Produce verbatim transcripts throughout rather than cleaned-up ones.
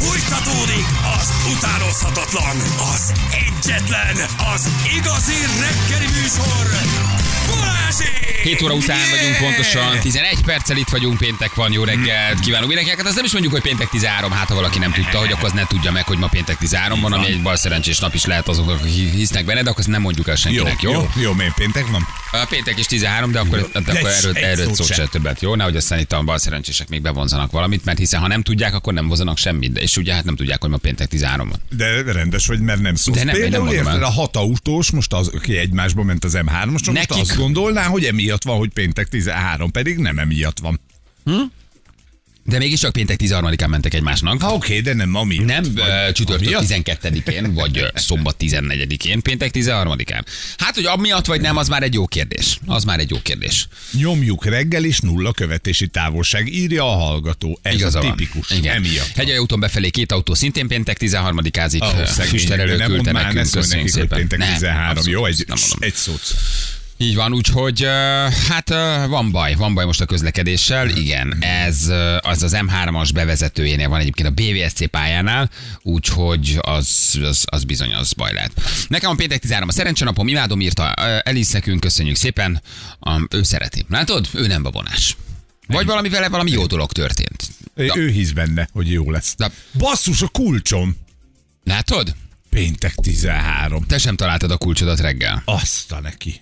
Fújtatódik az utánozhatatlan, az egyetlen, az igazi reggeli műsor, Balázsék! hét óra után vagyunk pontosan, tizenegy perccel itt vagyunk, péntek van, jó reggelt kívánunk mindenkinek. Hát azt nem is mondjuk, hogy péntek tizenhárom, hát ha valaki nem tudta, hogy akkor az ne tudja meg, hogy ma péntek tizenhárom van, ami egy balszerencsés nap is lehet azoknak, akik hisznek benne, de akkor azt nem mondjuk el senkinek, jó? Jó, jó, miért péntek van? A péntek is tizenhárom, de akkor, de akkor erről, erről szó se többet, jó? Nehogy aztán itt a balszerencsések még bevonzanak valamit, mert hiszen ha nem tudják, akkor nem vonzanak semmit, de és ugye hát nem tudják, hogy ma péntek tizenhárom van. De rendes vagy, mert nem szólsz. De nem, például nem érted, a hat autós, most az, aki egymásba ment az em hármas, most Nekik... azt gondolná, hogy emiatt van, hogy péntek tizenhárom, pedig nem emiatt van. Hm? De mégis csak péntek tizenharmadikán mentek egymásnak. Ha oké, de nem ma miatt. Nem vagy, csütörtök tizenkettedikén, vagy szombat tizennegyedikén, péntek tizenharmadikán. Hát, hogy amiatt vagy nem, az már egy jó kérdés. Az már egy jó kérdés. Nyomjuk reggel is nulla követési távolság, írja a hallgató. Ez Igaza a van. tipikus. Igen. Emiatt. Hegyalja úton befelé két autó szintén péntek tizenharmadikázik. Oh, Füsterelő küldte nekünk. Ne szólj Köszönjük nekik, hogy szépen. péntek Nem, tizenhárom. abszolút, Jó, egy, nem mondom. egy szót. Így van, úgyhogy hát van baj, van baj most a közlekedéssel, igen, ez az az em hármas bevezetőjénél van egyébként a bé vé es cé pályánál, úgyhogy az, az, az bizony az baj lehet. Nekem a péntek tizenhárom a szerencsenapom, imádom, írta Elis nekünk, köszönjük szépen, ő szereti. Látod, ő nem babonás. Vagy valami vele valami jó dolog történt. Da. Ő hisz benne, hogy jó lesz. Da. Basszus, a kulcsom. Látod? Péntek tizenhárom. Te sem találtad a kulcsodat reggel. Azt a neki.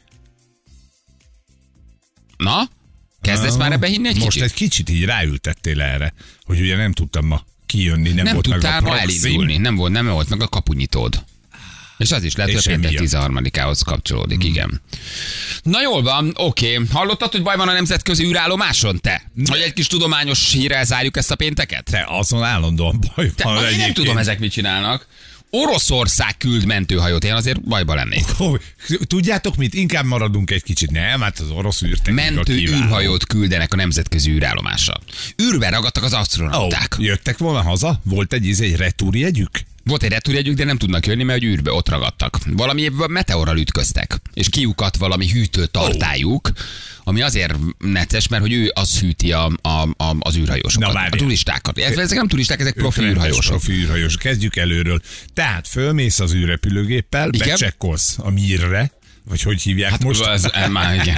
Na? Kezdesz már ebbe hinni egy Most kicsit? egy kicsit így ráültettél erre, hogy ugye nem tudtam ma kijönni, nem, Nem volt meg tudtál a ma proxim. elindulni, nem volt, nem volt meg a kapunyitód. És az is lehet, És hogy a péntek emiatt. tizenharmadikához kapcsolódik, hmm. igen. Na jól van, oké. Hallottad, hogy baj van a nemzetközi űrállomáson, te? Hogy egy kis tudományos hírrel zárjuk ezt a pénteket? Te azon állandóan baj Te, van. én nem egyébként. tudom, ezek mit csinálnak. Oroszország küld mentőhajót, én azért bajba lennék. Oh, tudjátok mit? Inkább maradunk egy kicsit. Nem, hát az orosz űrtechnika Mentő kiváló. űrhajót küldenek a nemzetközi űrállomásra. Űrben ragadtak az Oh, asztronauták. jöttek volna haza? Volt egy íz, egy retúrjegyük? Volt egy retúrjegyük, de nem tudnak jönni, mert hogy űrbe ott ragadtak. Valami meteorral ütköztek, és kiukat valami hűtőtartályuk, ami azért necces, mert hogy ő az hűti a, a, a, az űrhajósokat, Na, a turistákat. Ezek nem turisták, ezek profi űrhajósok. Profi űrhajósok. Kezdjük előről. Tehát fölmész az űrrepülőgéppel, Igen? becsekkolsz a Mirre, vagy hogy hívják hát most? Az, már igen.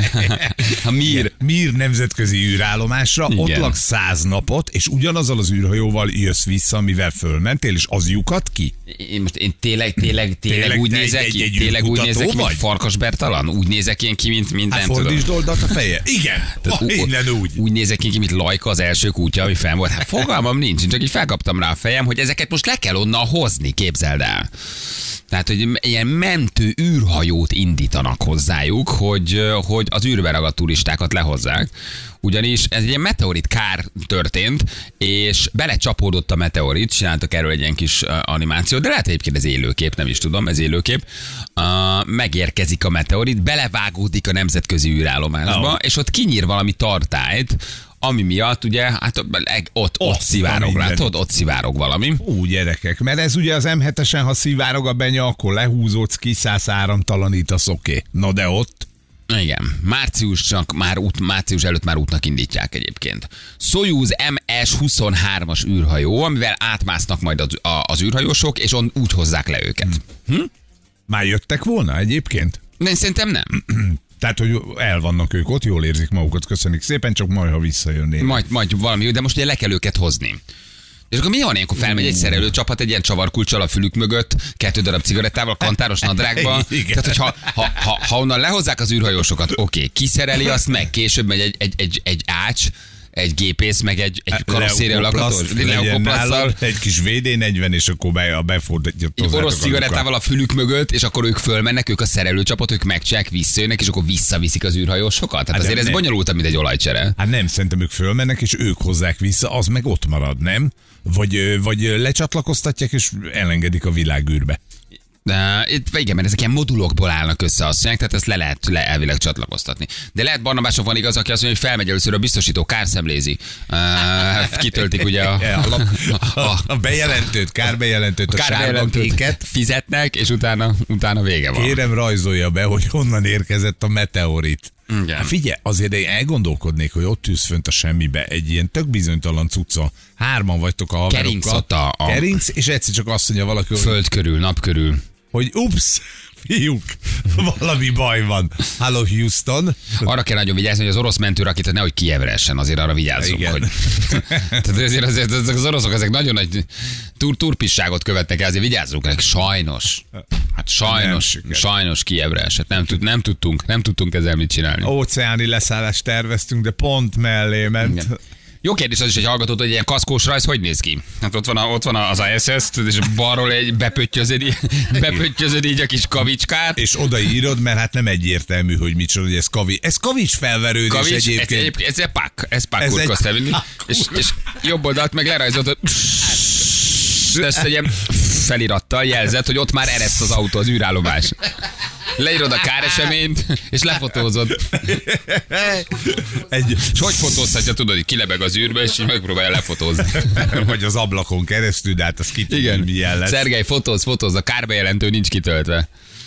A Mir. Mir nemzetközi űrállomásra, Igen. ott laksz száz napot, és ugyanazzal az űrhajóval jössz vissza, amivel fölmentél, és az lyukat ki? Én most én tényleg, tényleg, tényleg, Tényleg úgy te nézek egy- ki, egy- egy tényleg úgy űrkutató nézek ki, mint vagy? Farkas Bertalan? Úgy nézek én ki, mint, mint Hát nem tudom. fordítsd oldalt a feje. Igen, Tehát ha, ú- innen úgy. Úgy nézek ki, mint Lajka, az első kutya, ami fenn volt. Hát fogalmam nincs, én csak így felkaptam rá a fejem, hogy ezeket most le kell onnan hozni, képzeld el. Tehát, hogy ilyen mentő űrhajót indítanak hozzájuk, hogy, hogy az űrbe ragadt turistákat lehozzák. Ugyanis ez egy ilyen meteorit kár történt, és belecsapódott a meteorit, csináltak erről egy ilyen kis uh, animációt, de lehet egyébként ez élőkép, nem is tudom, ez élőkép. Uh, megérkezik a meteorit, belevágódik a nemzetközi űrállomásba, Oh. és ott kinyír valami tartályt, ami miatt ugye, hát ott, ott, ott szivárog, látod, ott szivárog valami. Ú, gyerekek, mert ez ugye az em hetesen, ha szivárog a benya, akkor lehúzódsz, kiszállsz, áramtalanítasz, oké. Okay. Na de ott... Igen, márciusnak már út, március előtt már útnak indítják egyébként. Soyuz em es huszonhármas űrhajó, amivel átmásznak majd az, a, az űrhajósok, és on, úgy hozzák le őket. Hm? Már jöttek volna egyébként? De szerintem nem. Tehát, hogy el vannak ők ott, jól érzik magukat, köszönjük szépen, csak majd, ha visszajönnének. Majd, majd valami, de most ugye le kell őket hozni. És akkor mi van ilyenkor? Felmegy egy szerelő csapat egy ilyen csavarkulccsal a fülük mögött, kettő darab cigarettával, kantáros nadrágba. Igen. Tehát, hogyha ha, ha, ha onnan lehozzák az űrhajósokat, oké, okay, kiszereli azt meg, később megy egy, egy, egy, egy ács, egy gépész, meg egy, egy karosszéria lakatós, leukoplasztal. Egy kis vé dé negyven, és akkor be, befordítja. Egy orosz cigarettával a fülük mögött, és akkor ők fölmennek, ők a szerelőcsapat, ők megcsinálják, visszajönnek, és akkor visszaviszik az űrhajósokat. Tehát Hát azért ez nem. bonyolultabb, mint egy olajcsere. Hát nem, szerintem ők fölmennek, és ők hozzák vissza, az meg ott marad, nem? Vagy, vagy lecsatlakoztatják, és elengedik a világűrbe. De, itt, igen, mert ezek ilyen modulokból állnak össze, azt mondják, tehát ezt le lehet le elvileg csatlakoztatni. De lehet Barnabások van igaz, aki azt mondja, hogy felmegy először a biztosító, kárszemlézi. Uh, kitöltik ugye a, a, a, a, a bejelentőt, kárbejelentőt, a, a sárga kéket. Fizetnek, és utána, utána vége van. Kérem, rajzolja be, hogy honnan érkezett a meteorit. Igen. Hát figyelj, azért én elgondolkodnék, hogy ott ülsz fönt a semmibe egy ilyen tök bizonytalan cucca. Hárman vagytok a haverokkal. Keringsz ott a, gerinc, és egyszer csak azt mondja valaki, hogy, Föld körül, nap körül. hogy ups, fiúk, valami baj van. Hello Houston. Arra kell nagyon vigyázni, hogy az orosz mentőrakita nehogy Kijevre essen, azért arra vigyázzunk. Igen. Hogy... Tehát azért, azért, azért az oroszok ezek nagyon nagy tur, turpisságot követnek el, azért vigyázzunk rá. Sajnos. Hát sajnos, sajnos Kijevre esett. Nem, tud, nem, tudtunk, nem tudtunk ezzel mit csinálni. Óceáni leszállást terveztünk, de pont mellé ment. Igen. Jó kérdés az is, hogy hallgatód, hogy ilyen kaszkós rajz hogy néz ki? Hát ott van, a, ott van az á es es, és balról egy bepöttyözöd, így- bepöttyözöd így a kis kavicskát. És odaírod, mert hát nem egyértelmű, hogy micsoda, hogy ez kavi. Ez kavics felverődés Kavics, ez, egyébként. egyébként, ez egy pak, ez pak Ez egy kurkozt elvinni. pak És, és jobb oldalt meg lerajzoltad, ezt egy ilyen felirattal jelzett, hogy ott már ereszt az autó, az űrállomás. Leírod a káreseményt, és lefotózod. Egy, És hogy fotózhatja, tudod, hogy kilebeg az űrbe, és így megpróbálja lefotózni. vagy az ablakon keresztül, de hát az ki tudja, Igen. hogy milyen lesz. Szergej, fotóz, fotóz, a kárbejelentő nincs kitöltve.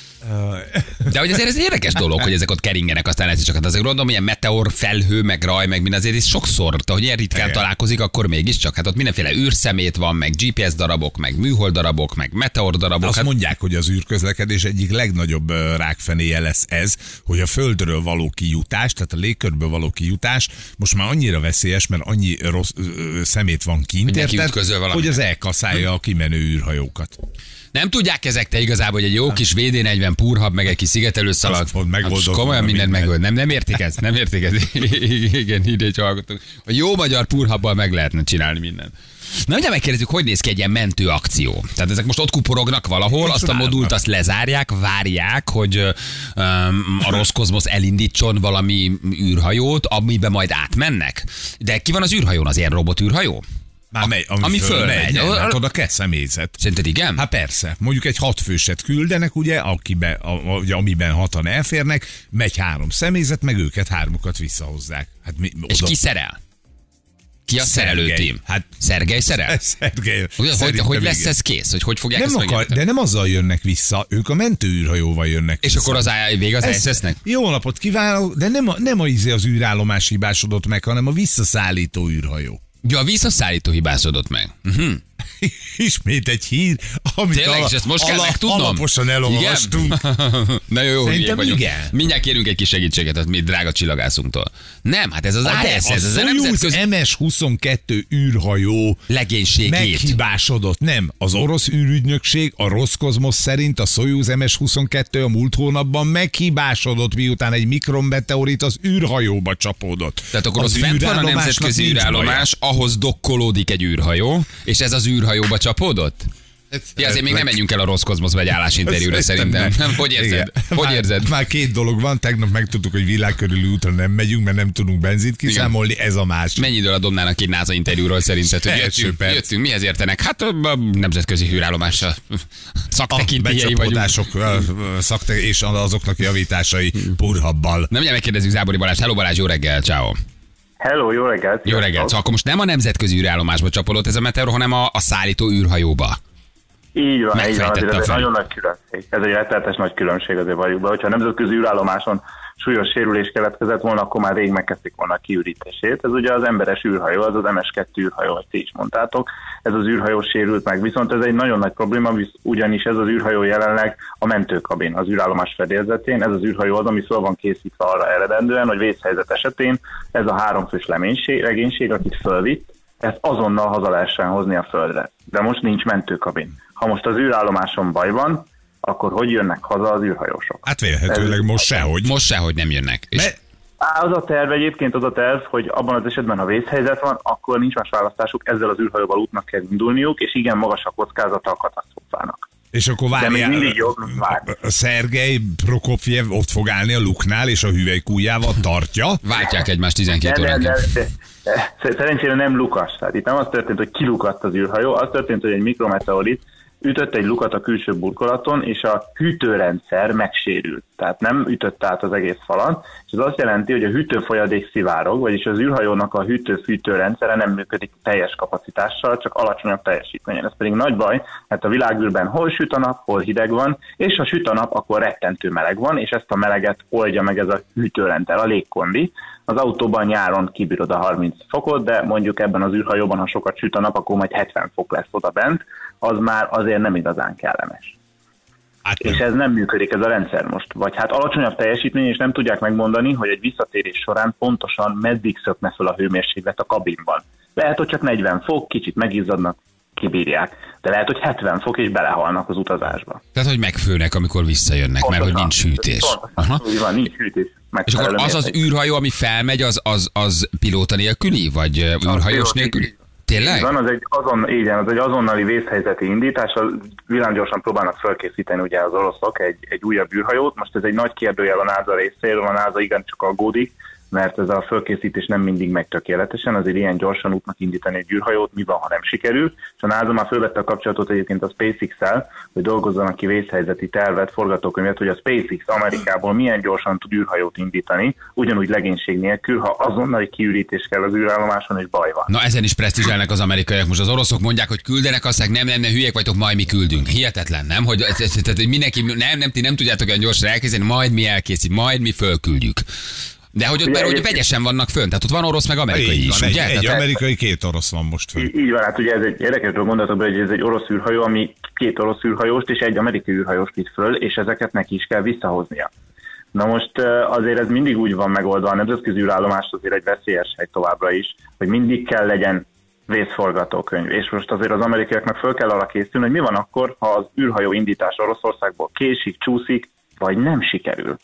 De hogy azért ez egy érdekes dolog, hogy ezek ott keringenek, aztán ez csak, hát azért gondolom, ilyen meteor, felhő, meg raj, meg minden, azért is sokszor, de hogy ilyen ritkán Igen. találkozik, akkor mégiscsak, hát ott mindenféle űrszemét van, meg gé pé es darabok, meg műhold darabok, meg meteor darabok. Azt Hát, mondják, hogy az űrközlekedés egyik legnagyobb ö, rákfenéje lesz ez, hogy a Földről való kijutás, tehát a légkörből való kijutás most már annyira veszélyes, mert annyi rossz ö, ö, szemét van kint, Hogy neki érted, ütközöl valami. hogy az elkaszálja a kimenő űrhajókat. nem tudják ezek te igazából, hogy egy jó kis vé dé negyven purhab, meg egy kis szigetelő szalag. Azt pont megoldott Hát komolyan volna mindent mindent. megold. Nem, nem értik ezt, nem értik ezt. Igen, ide is hallgatunk. A jó magyar purhabbal meg lehetne csinálni mindent. Na, ugye megkérdezzük, hogy néz ki egy ilyen mentő akció. Tehát ezek most ott kuporognak valahol, És azt a várnak. modult azt lezárják, várják, hogy um, a Roszkozmosz elindítson valami űrhajót, amiben majd átmennek. De ki van az űrhajón, az ilyen robot űrhajó? Már megy, ami, ami fölmegy. fölmegy. Nem, hát oda kell személyzet. Szerinted igen? Hát persze, mondjuk egy hatfőset küldenek, ugye, akibe, a, a, ugye, amiben hatan elférnek, megy három személyzet, meg őket hármukat visszahozzák. Hát mi, És oda... ki szerel? Ki a Szergej. szerelőtím? Hát- Szergej szerel? Szergej, Hogy, hogy, szerintem hogy lesz igen. ez kész? Hogy hogy fogják Nem ezt akar, megérteni? de nem azzal jönnek vissza, ők a mentőűrhajóval jönnek És vissza. akkor az á- vége az á es es-nek? Jó napot kívánok, de nem a, nem a izé az űrállomás hibásodott meg, hanem a visszaszállító űrhajó. Ja, a visszaszállító hibásodott meg. Uh-huh. Ismét egy hír, amit Tényleg, és ezt most kell megtudnom? alaposan elolvastunk. Igen? Na jó, jó, hülyék Szerintem vagyunk. igen. Mindjárt kérünk egy kis segítséget, hát mi drága csillagásznktól. Nem, hát ez az De á es es, a ez a Soyuz nemzetközi em es huszonkettő űrhajó legénységét. meghibásodott. Nem, az orosz űrügynökség, a Roszkozmosz szerint a Soyuz em es huszonkettő a múlt hónapban meghibásodott, miután egy mikronmeteorit az űrhajóba csapódott. Tehát akkor Az ott fent van a űrállomásnak nemzetközi nincs űrállomás, ahhoz dokkolódik egy űrhajó, és ez az űrhajóba csapódott? baja. Ja, azért még nem menjünk el a Roszkozmoszba egy állásinterjúra szerintem. Nem, hogy érzed? Igen. Hogy már, érzed? Már két dolog van, tegnap megtudtuk, hogy világkörüli útra nem megyünk, mert nem tudunk benzint kiszámolni, ez a másik. Mennyi időre dobnának egy NASA interjúról szerinted, hogy Első jöttünk, perc. jöttünk, mihez értenek? Hát a, a nemzetközi hűrállomással A szaktekintélyei vagyunk. becsapódások ö, ö, szakte és azoknak javításai purhabbal. Nem ugye megkérdezzük Zábori Balázs. Hello Balázs, jó reggel, ciao. Hello, jó reggelt! Jó reggel. Szóval akkor most nem a nemzetközi űrállomásba csapolott ez a meteor, hanem a, a szállító űrhajóba. Így van, így van, Megfejtette azért a ez egy Feri. nagyon nagy különbség. Ez egy rettenetes nagy különbség azért valljuk be. Hogyha a nemzetközi űrállomáson súlyos sérülés keletkezett volna, akkor már rég megkezdték volna a kiürítését. Ez ugye az emberes űrhajó, az az em es kettő űrhajó, ahogy ti is mondtátok. Ez az űrhajó sérült meg. Viszont ez egy nagyon nagy probléma, ugyanis ez az űrhajó jelenleg a mentőkabin, az űrállomás fedélzetén. Ez az űrhajó az, ami szóval van készítve arra eredendően, hogy vészhelyzet esetén ez a háromfős leménység, legénység, akit fölvitt, ezt azonnal haza lehessen hozni a földre. De most nincs mentőkabin. Ha most az űrállomáson baj van, akkor hogy jönnek haza az űrhajósok? Hát vélhetőleg Ez- most sehogy. Most sehogy nem jönnek. És Mert Á, az a terv egyébként, az a terv, hogy abban az esetben, ha vészhelyzet van, akkor nincs más választásuk, ezzel az űrhajóval útnak kell indulniuk, és igen magas a kockázata a katasztrófának. És akkor De még várjál, mindig jobb várni. a Szergej Prokopjev ott fog állni a luknál, és a hüvelykújjával tartja. váltják egymást tizenkét De, de, óránként. de, de, de, szerencsére nem lukas. Tehát itt nem az történt, hogy kilukadt az űrhajó, az történt, hogy egy mikrometeorit ütött egy lukat a külső burkolaton, és a hűtőrendszer megsérült. Tehát nem ütött át az egész falon, és ez azt jelenti, hogy a hűtőfolyadék szivárog, vagyis az űrhajónak a hűtő-fűtő rendszere nem működik teljes kapacitással, csak alacsonyabb teljesítményen. Ez pedig nagy baj, mert a világűrben hol süt a nap, hol hideg van, és ha süt a nap, akkor rettentő meleg van, és ezt a meleget oldja meg ez a hűtőrendszer, a légkondi, Az autóban nyáron kibírod a harminc fokot, de mondjuk ebben az űrhajóban, ha sokat süt a nap, akkor majd hetven fok lesz oda bent, az már azért nem igazán kellemes. Hát És ez nem működik, ez a rendszer most. Vagy hát alacsonyabb teljesítmény, és nem tudják megmondani, hogy egy visszatérés során pontosan meddig szökne fel a hőmérséklet a kabinban. Lehet, hogy csak negyven fok, kicsit megizzadnak, kibírják. De lehet, hogy hetven fok, és belehalnak az utazásba. Tehát, hogy megfőnek, amikor visszajönnek, Pontosan. mert hogy nincs hűtés. Aha. Úgy van, nincs hűtés. És akkor az az űrhajó, ami felmegy, az, az, az pilóta nélküli, vagy űrhajós nélküli? Tényleg? Van, az egy, azon, igen, az egy azonnali vészhelyzeti indítás, villámgyorsan próbálnak felkészíteni ugye az oroszok egy, egy újabb űrhajót. Most ez egy nagy kérdőjel a NASA részéről, a NASA igencsak aggódik, mert ez a fölkészítés nem mindig megy tökéletesen, azért ilyen gyorsan útnak indítani egy űrhajót, mi van, ha nem sikerül. És a NASA már fölvette a kapcsolatot egyébként a SpaceX-el, hogy dolgozzanak ki vészhelyzeti tervet, forgatókönyvet, hogy a SpaceX Amerikából milyen gyorsan tud űrhajót indítani, ugyanúgy legénység nélkül, ha azonnali kiürítés kell az űrállomáson, és baj van. Na ezen is presztízselnek az amerikaiak. Most az oroszok mondják, hogy küldenek, azt mondják, nem, nem, nem, hülyek vagytok, majd mi küldünk. Hihetetlen, nem? Hogy, tehát, hogy mindenki, nem, nem, ti nem tudjátok olyan gyorsan elkészíteni, majd mi elkészít, majd mi fölküldjük. De hogy ott már ugye vegyesen vannak fönn, tehát ott van orosz meg amerikai így is, van, ugye? Egy, egy tehát amerikai, két orosz van most fönn. Így van, hát ugye ez egy érdekesről gondolatok be, hogy ez egy orosz űrhajó, ami két orosz űrhajóst és egy amerikai űrhajóst visz föl, és ezeket neki is kell visszahoznia. Na most azért ez mindig úgy van megoldva, a nemzetközi űrállomás azért egy veszélyes hely továbbra is, hogy mindig kell legyen vészforgatókönyv. És most azért az amerikaiaknak föl kell arra készülni, hogy mi van akkor, ha az űrhajó indítás Oroszországból késik, csúszik, vagy nem sikerül.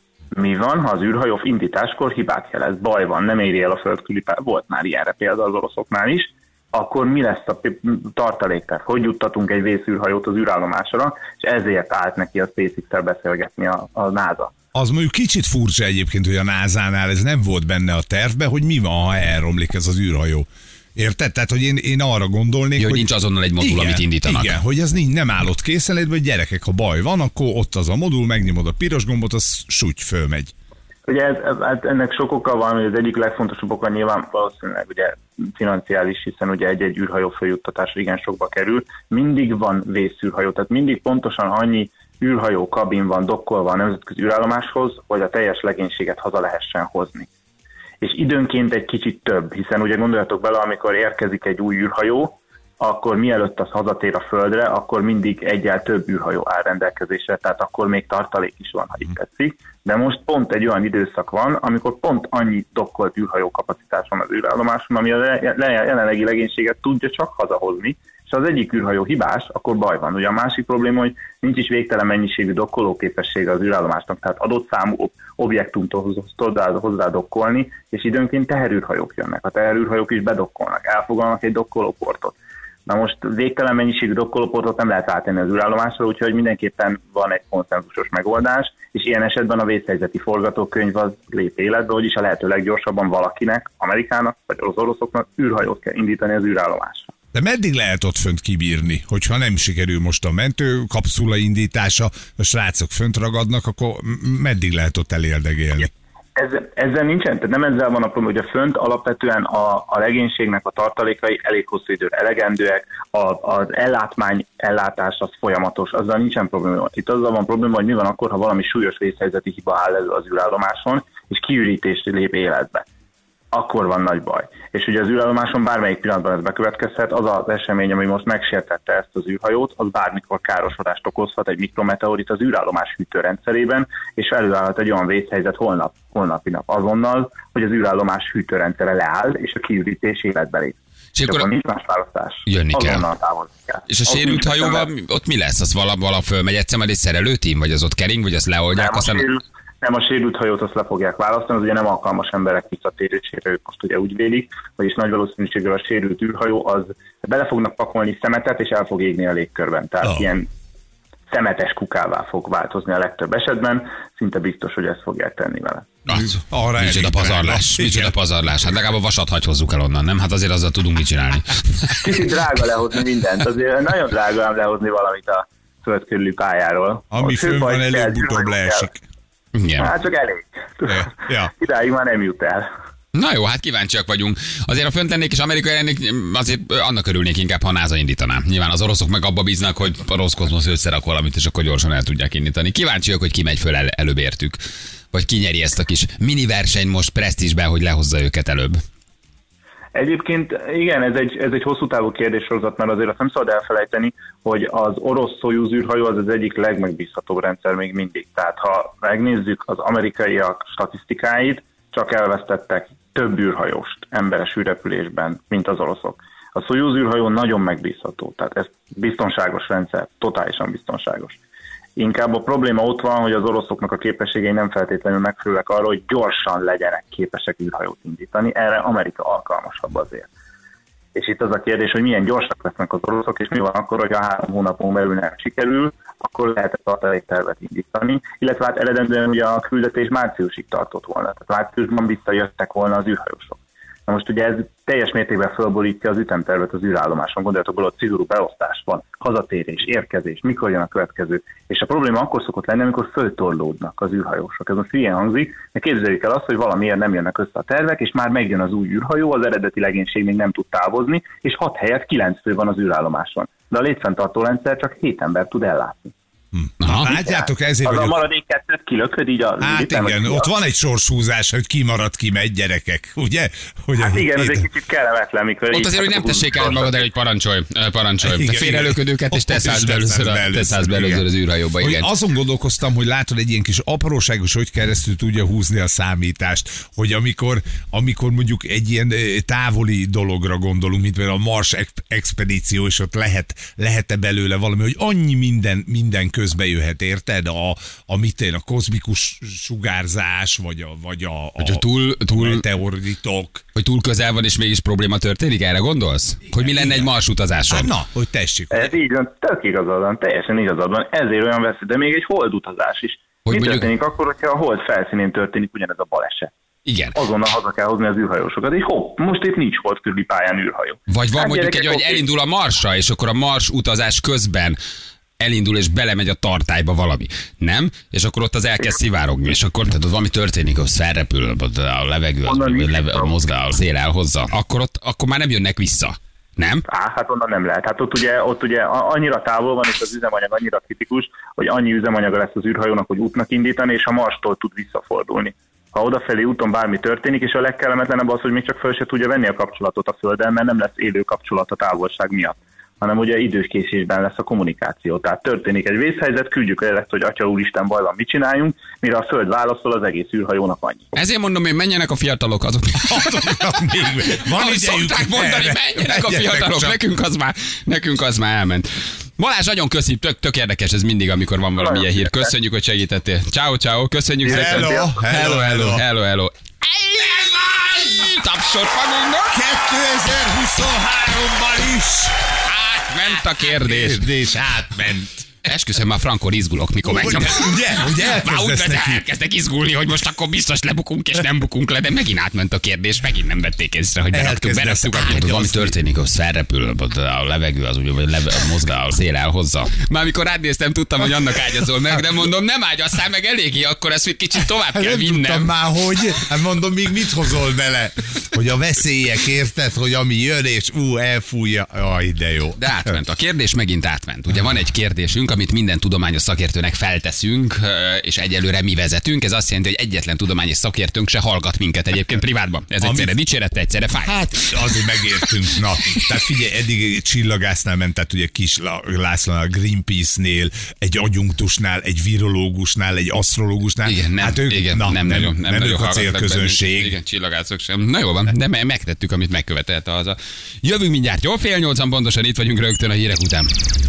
Mi van, ha az űrhajó indításkor hibát jelez, baj van, nem éri el a földküli pár, volt már ilyenre példa az oroszoknál is, akkor mi lesz a tartalékterv? Hogy juttatunk egy vészűrhajót az űrállomásra, és ezért állt neki a SpaceX-tel beszélgetni a, a NASA. Az mondjuk kicsit furcsa egyébként, hogy a názánál ez nem volt benne a tervben, hogy mi van, ha elromlik ez az űrhajó. Érted? Tehát, hogy én, én arra gondolnék, hogy, hogy nincs azonnal egy modul, igen, amit indítanak. Igen, hogy ez nincs, nem állott készenlétben, hogy gyerekek, ha baj van, akkor ott az a modul, megnyomod a piros gombot, az súgy fölmegy. Ugye ez, ez, ez, ennek sok oka van, hogy az egyik legfontosabb oka nyilván valószínűleg ugye financiális, hiszen ugye egy-egy űrhajó följuttatásra igen sokba kerül. Mindig van vészűrhajó, tehát mindig pontosan annyi űrhajó kabin van dokkolva a nemzetközi űrállomáshoz, hogy a teljes legénységet haza lehessen hozni. És időnként egy kicsit több, hiszen ugye gondoljatok bele, amikor érkezik egy új űrhajó, akkor mielőtt az hazatér a Földre, akkor mindig egyel több űrhajó áll rendelkezésre, tehát akkor még tartalék is van, ha így tetszik. De most pont egy olyan időszak van, amikor pont annyi dokkolt űrhajó kapacitás van az űrállomáson, ami a jelenlegi legénységet tudja csak hazahozni, és ha az egyik űrhajó hibás, akkor baj van. Ugye a másik probléma, hogy nincs is végtelen mennyiségű dokkoló képessége az űrállomásnak, tehát adott számú objektumtól hozzá dokkolni, és időnként teherűrhajók jönnek. A teherűrhajók is bedokkolnak, elfoglalnak egy dokkolóportot. Na most végtelen mennyiségű dokkolóportot nem lehet áttenni az űrállomásra, úgyhogy mindenképpen van egy konszenzusos megoldás, és ilyen esetben a vészhelyzeti forgatókönyv az lép életbe, hogy is a lehető leggyorsabban valakinek, Amerikának vagy az oroszoknak űrhajót kell indítani az űrállomásra. De meddig lehet ott fönt kibírni, hogyha nem sikerül most a mentő kapszula indítása, a srácok fönt ragadnak, akkor meddig lehet ott elérdegélni? Ezzel, ezzel nincsen, tehát nem ezzel van a probléma, hogy a fönt alapvetően a, a legénységnek a tartalékai elég hosszú időre elegendőek, a, az ellátmány ellátás az folyamatos, azzal nincsen probléma. Itt azzal van probléma, hogy mi van akkor, ha valami súlyos vészhelyzeti hiba áll elő az űrállomáson, és kiürítést lép életbe. Akkor van nagy baj. És ugye az űrállomáson bármelyik pillanatban ez bekövetkezhet, az az esemény, ami most megsértette ezt az űrhajót, az bármikor károsodást okozhat egy mikrometeorit az űrállomás hűtőrendszerében, és előállhat egy olyan vészhelyzet holnap, holnapi nap azonnal, hogy az űrállomás hűtőrendszere leáll, és a kiürítés életbe lép. És akkor akkor nincs más választás. Jönni kell. kell. És a sérült hajóval ott mi lesz? Az vala, vala fölmegy egyszer majd egy szerelőtím? Vagy az ott kering, vagy azt leoldják? Nem, aztán... a sérült, nem, a sérült hajót azt le fogják választani, az ugye nem alkalmas emberek visszatérésére, ők most ugye úgy vélik, vagyis nagy valószínűséggel a sérült űrhajó az bele fognak pakolni szemetet, és el fog égni a légkörben. Tehát oh. ilyen szemetes kukává fog változni a legtöbb esetben, szinte biztos, hogy ezt fogják tenni vele. Hát, micsoda pazarlás, micsoda pazarlás. Hát legalább a vasat hagy hozzuk el onnan, nem? Hát azért azzal tudunk mit csinálni. Kicsit drága lehozni mindent, azért nagyon drága lehozni valamit a föld körüli pályáról. Ami fönn van, előbb-utóbb leesik. Igen. Hát csak elég. Ja. Ja. Idáig már nem jut el. Na jó, hát kíváncsiak vagyunk. Azért, ha fönt lennék és amerikai lennék, azért annak örülnék inkább, ha a NASA indítaná. Nyilván az oroszok meg abba bíznak, hogy a Roszkoszmosz összerak valamit, és akkor gyorsan el tudják indítani. Kíváncsiak, hogy ki megy föl el, előbb értük. Vagy kinyeri ezt a kis mini verseny most presztízsben, hogy lehozza őket előbb? Egyébként igen, ez egy, ez egy hosszú távú kérdéssorozat, mert azért azt nem szabad elfelejteni, hogy az orosz Szojuz űrhajó az az egyik legmegbízhatóbb rendszer még mindig. Tehát ha megnézzük az amerikaiak statisztikáit, csak elvesztettek több űrhajóst emberes űrrepülésben, mint az oroszok. A Szojuz űrhajó nagyon megbízható, tehát ez biztonságos rendszer, totálisan biztonságos. Inkább a probléma ott van, hogy az oroszoknak a képességei nem feltétlenül megfelelőek arra, hogy gyorsan legyenek képesek űrhajót indítani. Erre Amerika alkalmasabb azért. És itt az a kérdés, hogy milyen gyorsak lesznek az oroszok, és mi van akkor, hogyha három hónapon belül nem sikerül, akkor lehet a tartaléktervet indítani. Illetve hát eredendően ugye a küldetés márciusig tartott volna. Tehát márciusban visszajöttek volna az űrhajósok. Na most ugye ez teljes mértékben fölborítja az ütemtervet az űrállomáson. Gondoljatok bele, hogy szigorú beosztás van, hazatérés, érkezés, mikor jön a következő. És a probléma akkor szokott lenni, amikor föltorlódnak az űrhajósok. Ez most ilyen hangzik, de képzeljük el azt, hogy valamiért nem jönnek össze a tervek, és már megjön az új űrhajó, az eredeti legénység még nem tud távozni, és hat helyett kilenc fő van az űrállomáson. De a létfenntartó rendszer csak hét ember tud ellátni. Hm. Látjátok, ezért az vagyok... a maradék kettőt kilököd így a... Hát igen, igen, ott van egy sorshúzás, hogy ki marad, ki megy, gyerekek, ugye? Hogy hát igen, ez egy kicsit kellemetlen, mikor... Ott azért, hogy nem tessék el magad el, hogy parancsolj, parancsolj. Te félrelököd őket, és te szállsz be először az űrhajóba, igen. Hogy azon gondolkoztam, hogy látod, egy ilyen kis apróságos, hogy keresztül tudja húzni a számítást, hogy amikor, amikor mondjuk egy ilyen távoli dologra gondolunk, mint például a Mars expedíció, és ott lehet, lehet-e belőle valami, hogy annyi minden, minden közbe jöhet, érted? A, a mit én, a kozmikus sugárzás, vagy a, vagy a, a, a túl, túl, meteoritok. Hogy túl közel van, és mégis probléma történik, erre gondolsz? Igen, hogy mi lenne igen. egy Mars utazáson? Hát na, hogy tessék. Ez így van, tök igazad van, teljesen igazad van, ezért olyan veszély, de még egy hold utazás is. Hogy mi mondjuk... történik akkor, hogyha a hold felszínén történik ugyanez a baleset? Igen. Azonnal haza kell hozni az űrhajósokat, és hopp, most itt nincs hold körüli pályán űrhajó. Vagy van hát mondjuk egy, hogy elindul a Marsra, és akkor a Mars utazás közben elindul és belemegy a tartályba valami, nem? És akkor ott az elkezd szivárogni, és akkor tehát ott valami történik, hogy felrepül a levegő, az, a mozgál, a szél elhozza, akkor ott akkor már nem jönnek vissza. Nem? Á, hát onnan nem lehet. Hát ott ugye, ott ugye annyira távol van, és az üzemanyag annyira kritikus, hogy annyi üzemanyaga lesz az űrhajónak, hogy útnak indítani, és a Marstól tud visszafordulni. Ha odafelé úton bármi történik, és a legkellemetlenebb az, hogy még csak föl se tudja venni a kapcsolatot a Földdel, mert nem lesz élő kapcsolat a távolság miatt, hanem ugye időskésésben lesz a kommunikáció. Tehát történik egy vészhelyzet, küldjük el ezt, hogy Atya Úristen, baj van, mit csináljunk, mire a Föld válaszol, az egész űrhajónak annyi. Ezért mondom, hogy menjenek a fiatalok, azok. Azoknak még van idejük. Szokták mondani, menjenek a fiatalok, nekünk az, már, nekünk az már elment. Balázs, nagyon köszi, tök, tök érdekes ez mindig, amikor van valami ilyen hír. Köszönjük, hogy segítettél. Ciao, ciao, köszönjük szépen. Hello, hello, hello, hello, hello. Tapsot magunknak. kétezer-huszonháromban is ment a kérdés. Kérdés átment. Esküszöm, már frankon izgulok, mikor megnyom. Ugye, ugye már úgy neki. elkezdek izgulni, hogy most akkor biztos lebukunk és nem bukunk le, de megint átment a kérdés, megint nem vették észre, hogy beraktuk, beraktuk. Valami történik, hogy felrepül a levegő, az úgy, vagy leve, mozgál, a szél elhozza. Már amikor átnéztem, tudtam, hogy annak ágyazol meg, de mondom, nem ágyasszál meg eléggé, akkor ezt egy kicsit tovább kell nem vinnem. Tudtam már, hogy, hát mondom, még mit hozol bele? Hogy a veszélyek, érted, hogy ami jön, és ú, elfújja. Jaj, de jó. De átment. A kérdés megint átment. Ugye van egy kérdésünk, amit minden tudományos szakértőnek felteszünk, és egyelőre mi vezetünk. Ez azt jelenti, hogy egyetlen tudományos szakértőnk se hallgat minket egyébként privátban. Ez egyszerre dicséret, egyszerre fáj. Hát azért megértünk. Na, tehát figyelj, eddig egy csillagásznál ment, tehát ugye Kis Lászlónál, a Greenpeace-nél, egy agyunktusnál, egy virológusnál, egy asztrológusnál. Igen, nem, hát ők, igen, na, nem, nem, nagyon, nem, nem nagyon ők a célközönség. Igen, csillagászok sem. Na jó van, de megtettük, amit megkövetelte az a. Jövünk mindjárt, jó? Fél nyolcan pontosan itt vagyunk rögtön a hírek után.